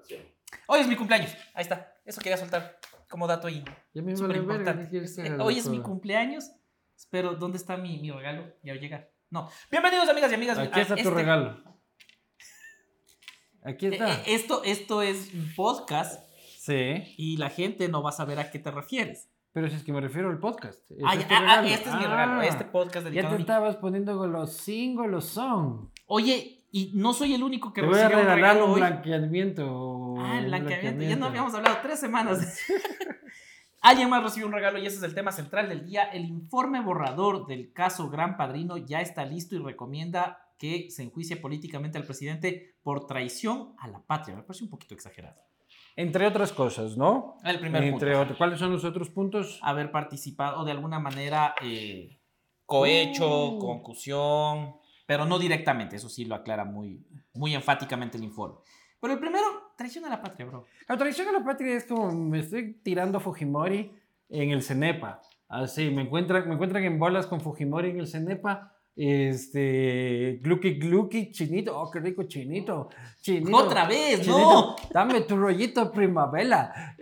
Hoy es mi cumpleaños. Ahí está. Eso quería soltar como dato ahí. Ya me Súper vale verga, importante. ¿qué quieres que haga, Hoy es mi loco? cumpleaños. Espero, ¿dónde está mi regalo? Ya va a llegar. No. Bienvenidos, amigas y amigas. Aquí está tu regalo. Aquí está. Esto es un podcast Sí. y la gente no va a saber a qué te refieres. Pero si es que me refiero al podcast. Este Este es mi regalo. Este podcast Ya dedicado te a mí. estabas poniendo golosón. Oye, y no soy el único que Te voy a recibió un regalar regalo un hoy. blanqueamiento. El un blanqueamiento. Ya no habíamos hablado 3 semanas. Alguien más recibió un regalo y ese es el tema central del día. El informe borrador del caso Gran Padrino ya está listo y recomienda que se enjuicie políticamente al presidente por traición a la patria. Me parece un poquito exagerado. Entre otras cosas, ¿no? El primer punto. ¿Cuáles son los otros puntos? Haber participado de alguna manera cohecho, concusión, pero no directamente. Eso sí lo aclara muy, muy enfáticamente el informe. Pero el primero, traición a la patria, bro. La traición a la patria es como me estoy tirando a Fujimori en el CENEPA. Así, me encuentran en bolas con Fujimori en el CENEPA. Glucky Glucky, chinito, oh, qué rico chinito. Otra vez, chinito, no. Dame tu rollito primavera.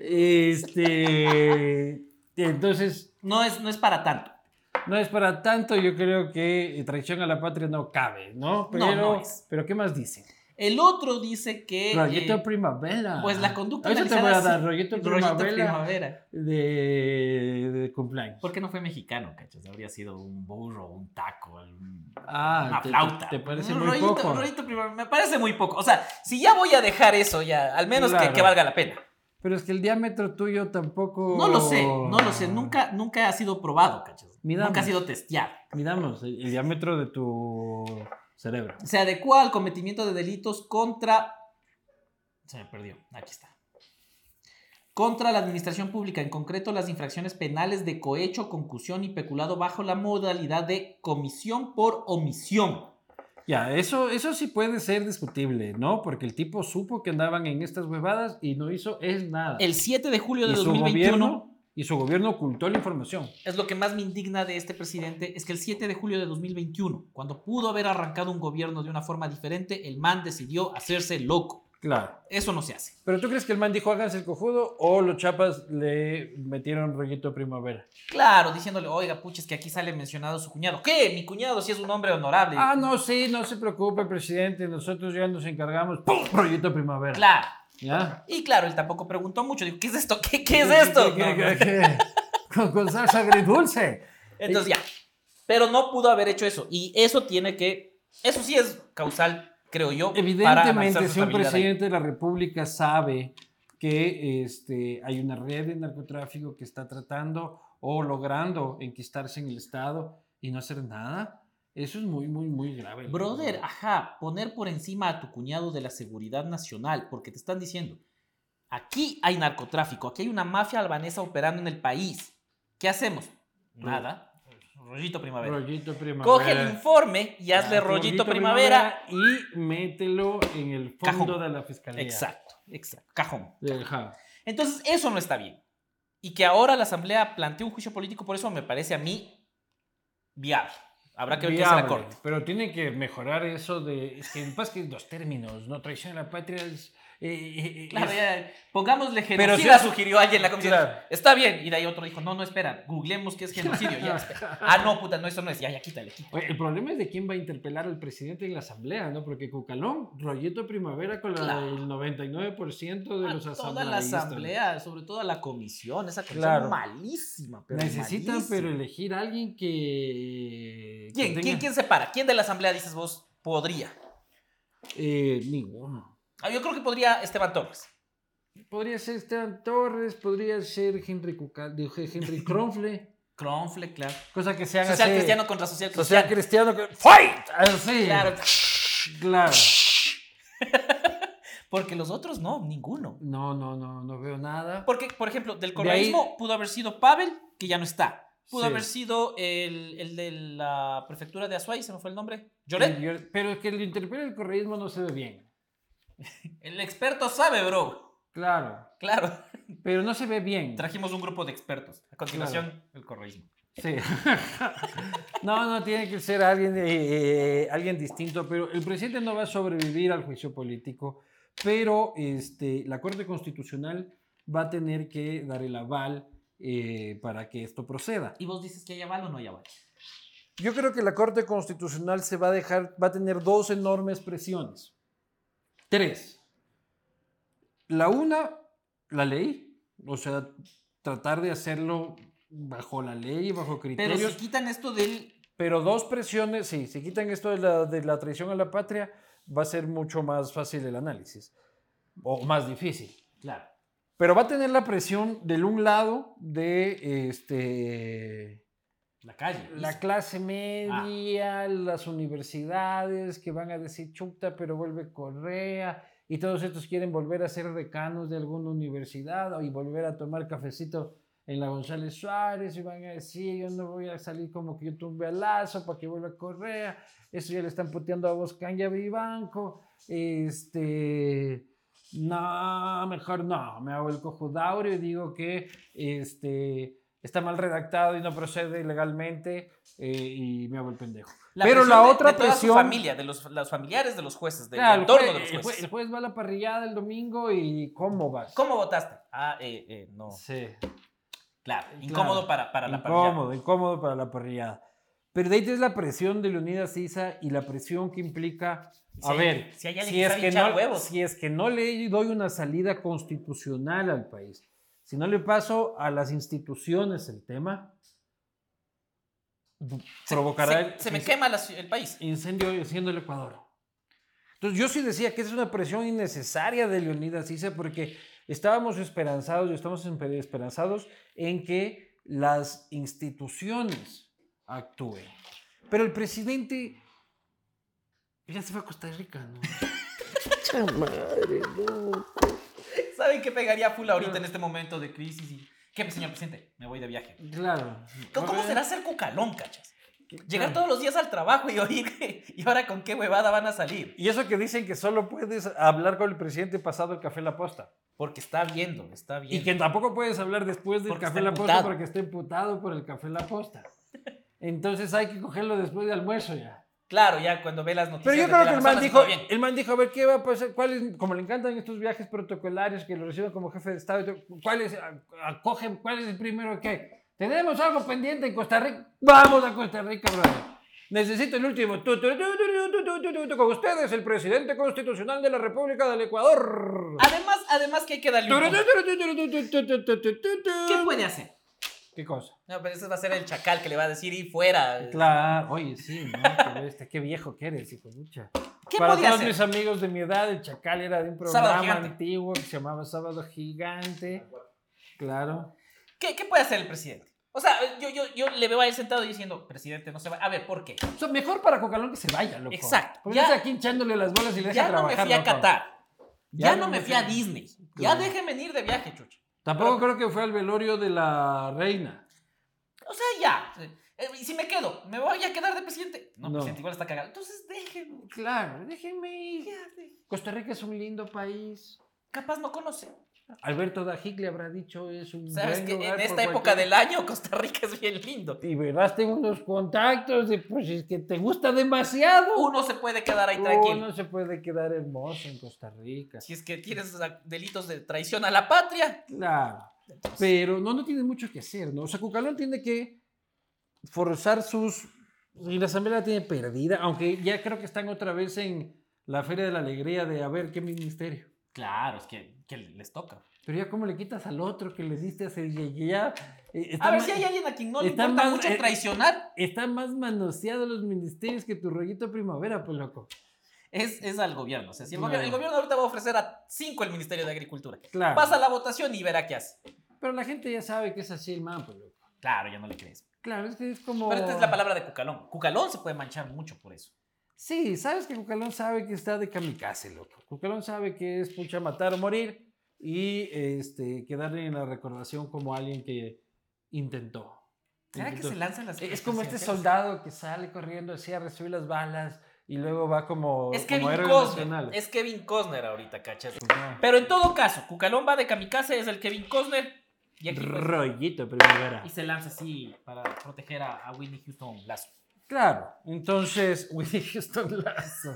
Entonces. No es para tanto. No es para tanto, yo creo que traición a la patria no cabe, ¿no? No es. Pero ¿qué más dice? El otro dice que... Rollito primavera. Pues la conducta Eso te voy a dar, rollito primavera. De cumpleaños. ¿Por qué no fue mexicano, cachas? Habría sido un burro, un taco, una flauta. ¿Te parece muy poco? Rollito primavera, me parece muy poco. O sea, si ya voy a dejar eso, ya, al menos claro, que valga la pena. Pero es que el diámetro tuyo tampoco... No lo sé. Nunca ha sido probado, cachas. Nunca ha sido testeado. Miramos, el diámetro de tu... cerebro. Se adecua al cometimiento de delitos contra... Se me perdió. Aquí está. Contra la administración pública, en concreto las infracciones penales de cohecho, concusión y peculado bajo la modalidad de comisión por omisión. Ya, eso sí puede ser discutible, ¿no? Porque el tipo supo que andaban en estas huevadas y no hizo nada. El 7 de julio de 2021... Y su gobierno ocultó la información. Es lo que más me indigna de este presidente, es que el 7 de julio de 2021, cuando pudo haber arrancado un gobierno de una forma diferente, el man decidió hacerse loco. Claro. Eso no se hace. ¿Pero tú crees que el man dijo háganse el cojudo o los chapas le metieron rollito primavera? Claro, diciéndole, oiga, pucha, es que aquí sale mencionado su cuñado. ¿Qué? Mi cuñado sí es un hombre honorable. Ah, no, sí, no se preocupe, presidente, nosotros ya nos encargamos. ¡Pum! Rollito primavera. Claro. ¿Ya? Y claro, él tampoco preguntó mucho. Dijo, ¿qué es esto? ¿Qué es esto? ¿Qué? Con salsa agridulce. Entonces ya. Pero no pudo haber hecho eso. Y eso tiene que... Eso sí es causal, creo yo. Evidentemente, si un presidente de la República sabe que hay una red de narcotráfico que está tratando o logrando enquistarse en el Estado y no hacer nada... Eso es muy, muy, muy grave. Brother, poner por encima a tu cuñado de la seguridad nacional, porque te están diciendo, aquí hay narcotráfico, aquí hay una mafia albanesa operando en el país. ¿Qué hacemos? Nada. Rollito primavera. Rollito primavera. Coge el informe y hazle rollito primavera. Y mételo en el fondo cajón de la fiscalía. Exacto. Cajón. Ajá. Entonces, eso no está bien. Y que ahora la Asamblea plantee un juicio político por eso me parece a mí viable. Habrá que ver qué hace la Corte. Pero tiene que mejorar eso de... Es que pasa que los términos, ¿no? Traición a la patria es... Claro, ya, pongámosle genocida, sugirió alguien en la comisión. Claro. Está bien. Y de ahí otro dijo, no, espera, googlemos qué es genocidio. Ya, no, puta, no, eso no es. Ya, quítale. Oye, el problema es de quién va a interpelar al presidente en la asamblea, ¿no? Porque Cucalón, rollito primavera con el 99% de los asambleístas. Toda la asamblea, sobre todo a la comisión, esa comisión malísima. Pero necesitan, pero elegir a alguien que... ¿Quién se para? ¿Quién de la asamblea, dices vos, podría? Ninguno. Yo creo que podría Esteban Torres. Podría ser Esteban Torres, podría ser Henry Kronfle. Kronfle, claro. Cosa que sean social así, cristiano contra social cristiano. Social cristiano. ¡Fight! Así. Claro. Claro. Porque los otros no, ninguno. No veo nada. Porque, por ejemplo, del correísmo pudo haber sido Pavel, que ya no está. Pudo haber sido el de la prefectura de Azuay, se me fue el nombre. Lloret. Pero es que el interpelo del correísmo no se ve bien. El experto sabe, bro. Claro. Pero no se ve bien. Trajimos un grupo de expertos. A continuación, el correísmo. Sí. No, tiene que ser alguien distinto. Pero el presidente no va a sobrevivir al juicio político pero la Corte Constitucional va a tener que dar el aval para que esto proceda. ¿Y vos dices que hay aval o no hay aval? Yo creo que la Corte Constitucional va a tener dos enormes presiones. Tres. La ley, o sea, tratar de hacerlo bajo la ley, bajo criterios. Pero si quitan esto del... Pero dos presiones, sí, si quitan esto de la traición a la patria, va a ser mucho más fácil el análisis, o más difícil. Claro. Pero va a tener la presión del un lado de la calle. La clase media, las universidades que van a decir chuta, pero vuelve Correa, y todos estos quieren volver a ser decanos de alguna universidad y volver a tomar cafecito en la González Suárez, y van a decir, yo no voy a salir como que yo tumbe a Lazo para que vuelva Correa, eso ya le están puteando a Boscan y a Vivanco, no, mejor no, me hago el cojudaurio y digo que está mal redactado y no procede legalmente y me hago el pendejo. Pero la otra presión... De toda su familia, de los familiares de los jueces, del entorno de los jueces. El juez va a la parrillada el domingo y ¿cómo vas? ¿Cómo votaste? No. Sí. Claro, incómodo para la parrillada. Incómodo para la parrillada. Pero de ahí tienes la presión de Leonidas Issa y la presión que implica... Si es que no le doy una salida constitucional al país, si no le paso a las instituciones el tema, provocará... Se me quema el país. Incendio el Ecuador. Entonces yo sí decía que esa es una presión innecesaria de Leonidas Issa porque estamos esperanzados en que las instituciones actúen. Pero el presidente ya se fue a Costa Rica, ¿no? ¡Cha madre, loco! ¿Saben qué pegaría full ahorita en este momento de crisis? ¿Qué, señor presidente? Me voy de viaje. Claro. ¿Cómo será ser cucalón, cachas? Llegar todos los días al trabajo y oír y ahora con qué huevada van a salir. Y eso que dicen que solo puedes hablar con el presidente pasado el café La Posta. Porque está viendo. Y que tampoco puedes hablar después del café La Posta porque está imputado por el café La Posta. Entonces hay que cogerlo después de almuerzo ya. Claro, ya cuando ve las noticias. Pero yo creo que el man dijo, a ver, ¿qué va a pasar? Como le encantan estos viajes protocolarios que lo reciben como jefe de Estado, ¿cuál es el primero que? ¿Tenemos algo pendiente en Costa Rica? Vamos a Costa Rica, brother. Necesito el último. Con ustedes, el presidente constitucional de la República del Ecuador. Además que hay que darle ¿Qué puede hacer? ¿Qué cosa? No, pero ese va a ser el chacal que le va a decir y fuera. Claro, oye, sí, ¿no? Qué viejo que eres, hijo de mucha. ¿Qué Para podía todos hacer? mis amigos de mi edad, el chacal era de un programa antiguo que se llamaba Sábado Gigante. Claro. ¿Qué puede hacer el presidente? O sea, yo le veo a él sentado diciendo, presidente, no se va. A ver, ¿por qué? O sea, mejor para Cocalón que se vaya, loco. Exacto. Ponerse aquí hinchándole las bolas y le deja trabajar. Ya no me fui a Qatar. Ya no me fui a Disney. Claro. Ya déjenme ir de viaje, chucha. Tampoco creo que fue al velorio de la reina. O sea, ya. Y si me quedo, ¿me voy a quedar de presidente? No, presidente igual está cagado. Entonces déjenme. Claro, déjenme ir. Costa Rica es un lindo país. Capaz no conoce. Alberto Dajic le habrá dicho es un ¿Sabes buen que lugar en esta época del año Costa Rica es bien lindo? Y verás, tengo unos contactos de, pues es que te gusta demasiado. Uno se puede quedar ahí tranquilo. Uno se puede quedar hermoso en Costa Rica. Si es que tienes delitos de traición a la patria. Claro. Entonces, pero no tiene mucho que hacer, ¿no? O sea, Cucalón tiene que forzar y la asamblea la tiene perdida, aunque ya creo que están otra vez en la Feria de la Alegría de a ver qué ministerio. Claro, es que les toca. Pero ya cómo le quitas al otro que le diste hace ya. A ver si hay alguien a quien no le importa mucho traicionar. Están más manoseados los ministerios que tu rollito primavera, pues loco. Es al gobierno. O sea, si el gobierno ahorita va a ofrecer a 5 el Ministerio de Agricultura. Claro. Pasa la votación y verá qué hace. Pero la gente ya sabe que es así el man, pues loco. Claro, ya no le crees. Claro, es que es como... Pero esta es la palabra de Cucalón. Cucalón se puede manchar mucho por eso. Sí, sabes que Cucalón sabe que está de kamikaze, loco. Cucalón sabe que es pucha matar o morir y quedarle en la recordación como alguien que intentó. ¿Será que se lanzan las... Es como este soldado que sale corriendo así a recibir las balas y luego va como... Es Kevin Costner. Es Kevin Costner ahorita, ¿cachas? No. Pero en todo caso, Cucalón va de kamikaze, es el Kevin Costner. Y aquí, rollito primavera. Y se lanza así para proteger a Whitney Houston Lazo. Claro, entonces, Whitney Houston Lazo.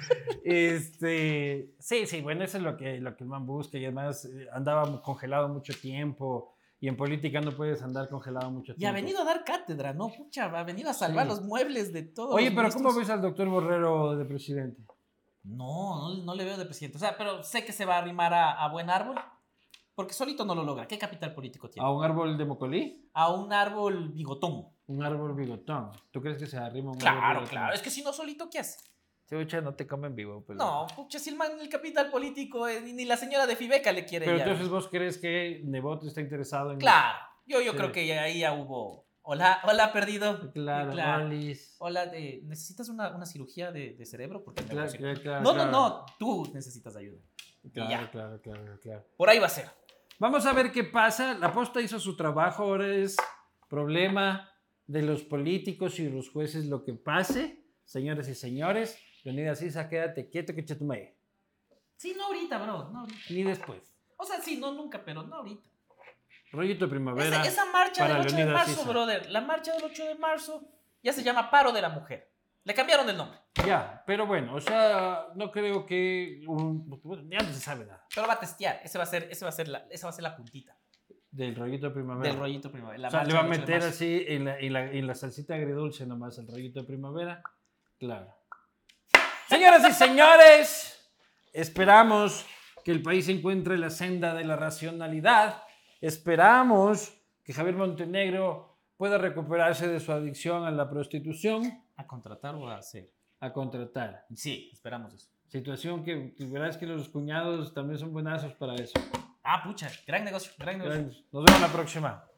Sí, bueno, eso es lo que el man busca y además andaba congelado mucho tiempo y en política no puedes andar congelado mucho tiempo. Y ha venido a dar cátedra, ¿no? Pucha, ha venido a salvar los muebles de todos. Oye, pero ¿cómo ves al doctor Borrero de presidente? No le veo de presidente. O sea, pero sé que se va a arrimar a buen árbol. Porque solito no lo logra. ¿Qué capital político tiene? ¿A un árbol de Mocolí? A un árbol bigotón. Un árbol bigotón. ¿Tú crees que se arrima un árbol bigotón? Claro. Es que si no solito, ¿qué hace? Chucha, no te comen vivo. Pues. No, pucha, si el capital político, ni la señora de Fibeca le quiere. Pero entonces vos crees que Nebot está interesado en... Claro. Yo creo que ahí ya hubo... Hola, perdido. Claro. Hola, ¿necesitas una cirugía de cerebro? Porque claro. No, tú necesitas ayuda. Claro. Por ahí va a ser. Vamos a ver qué pasa. La Posta hizo su trabajo, ahora es problema de los políticos y los jueces lo que pase. Señores y señores, Leonidas Issa, quédate quieto que chetumé. Sí, no ahorita, bro. No ahorita. Ni después. O sea, sí, no nunca, pero no ahorita. Rollito de primavera. Esa marcha del 8 de marzo, Issa. brother. La marcha del 8 de marzo ya se llama Paro de la Mujer. Le cambiaron el nombre. Ya, pero bueno, o sea, no creo que... ya no se sabe nada. Pero va a testear. Esa va a ser la puntita. Del rollito de primavera. Del rollito de primavera. O sea, le va a meter así en la salsita agridulce nomás el rollito de primavera. Claro. Señoras y señores, esperamos que el país encuentre la senda de la racionalidad. Esperamos que Javier Montenegro pueda recuperarse de su adicción a la prostitución. ¿A contratar o a hacer? A contratar. Sí, esperamos eso. Situación que verás que los cuñados también son buenazos para eso. Pucha, gran negocio. Nos vemos la próxima.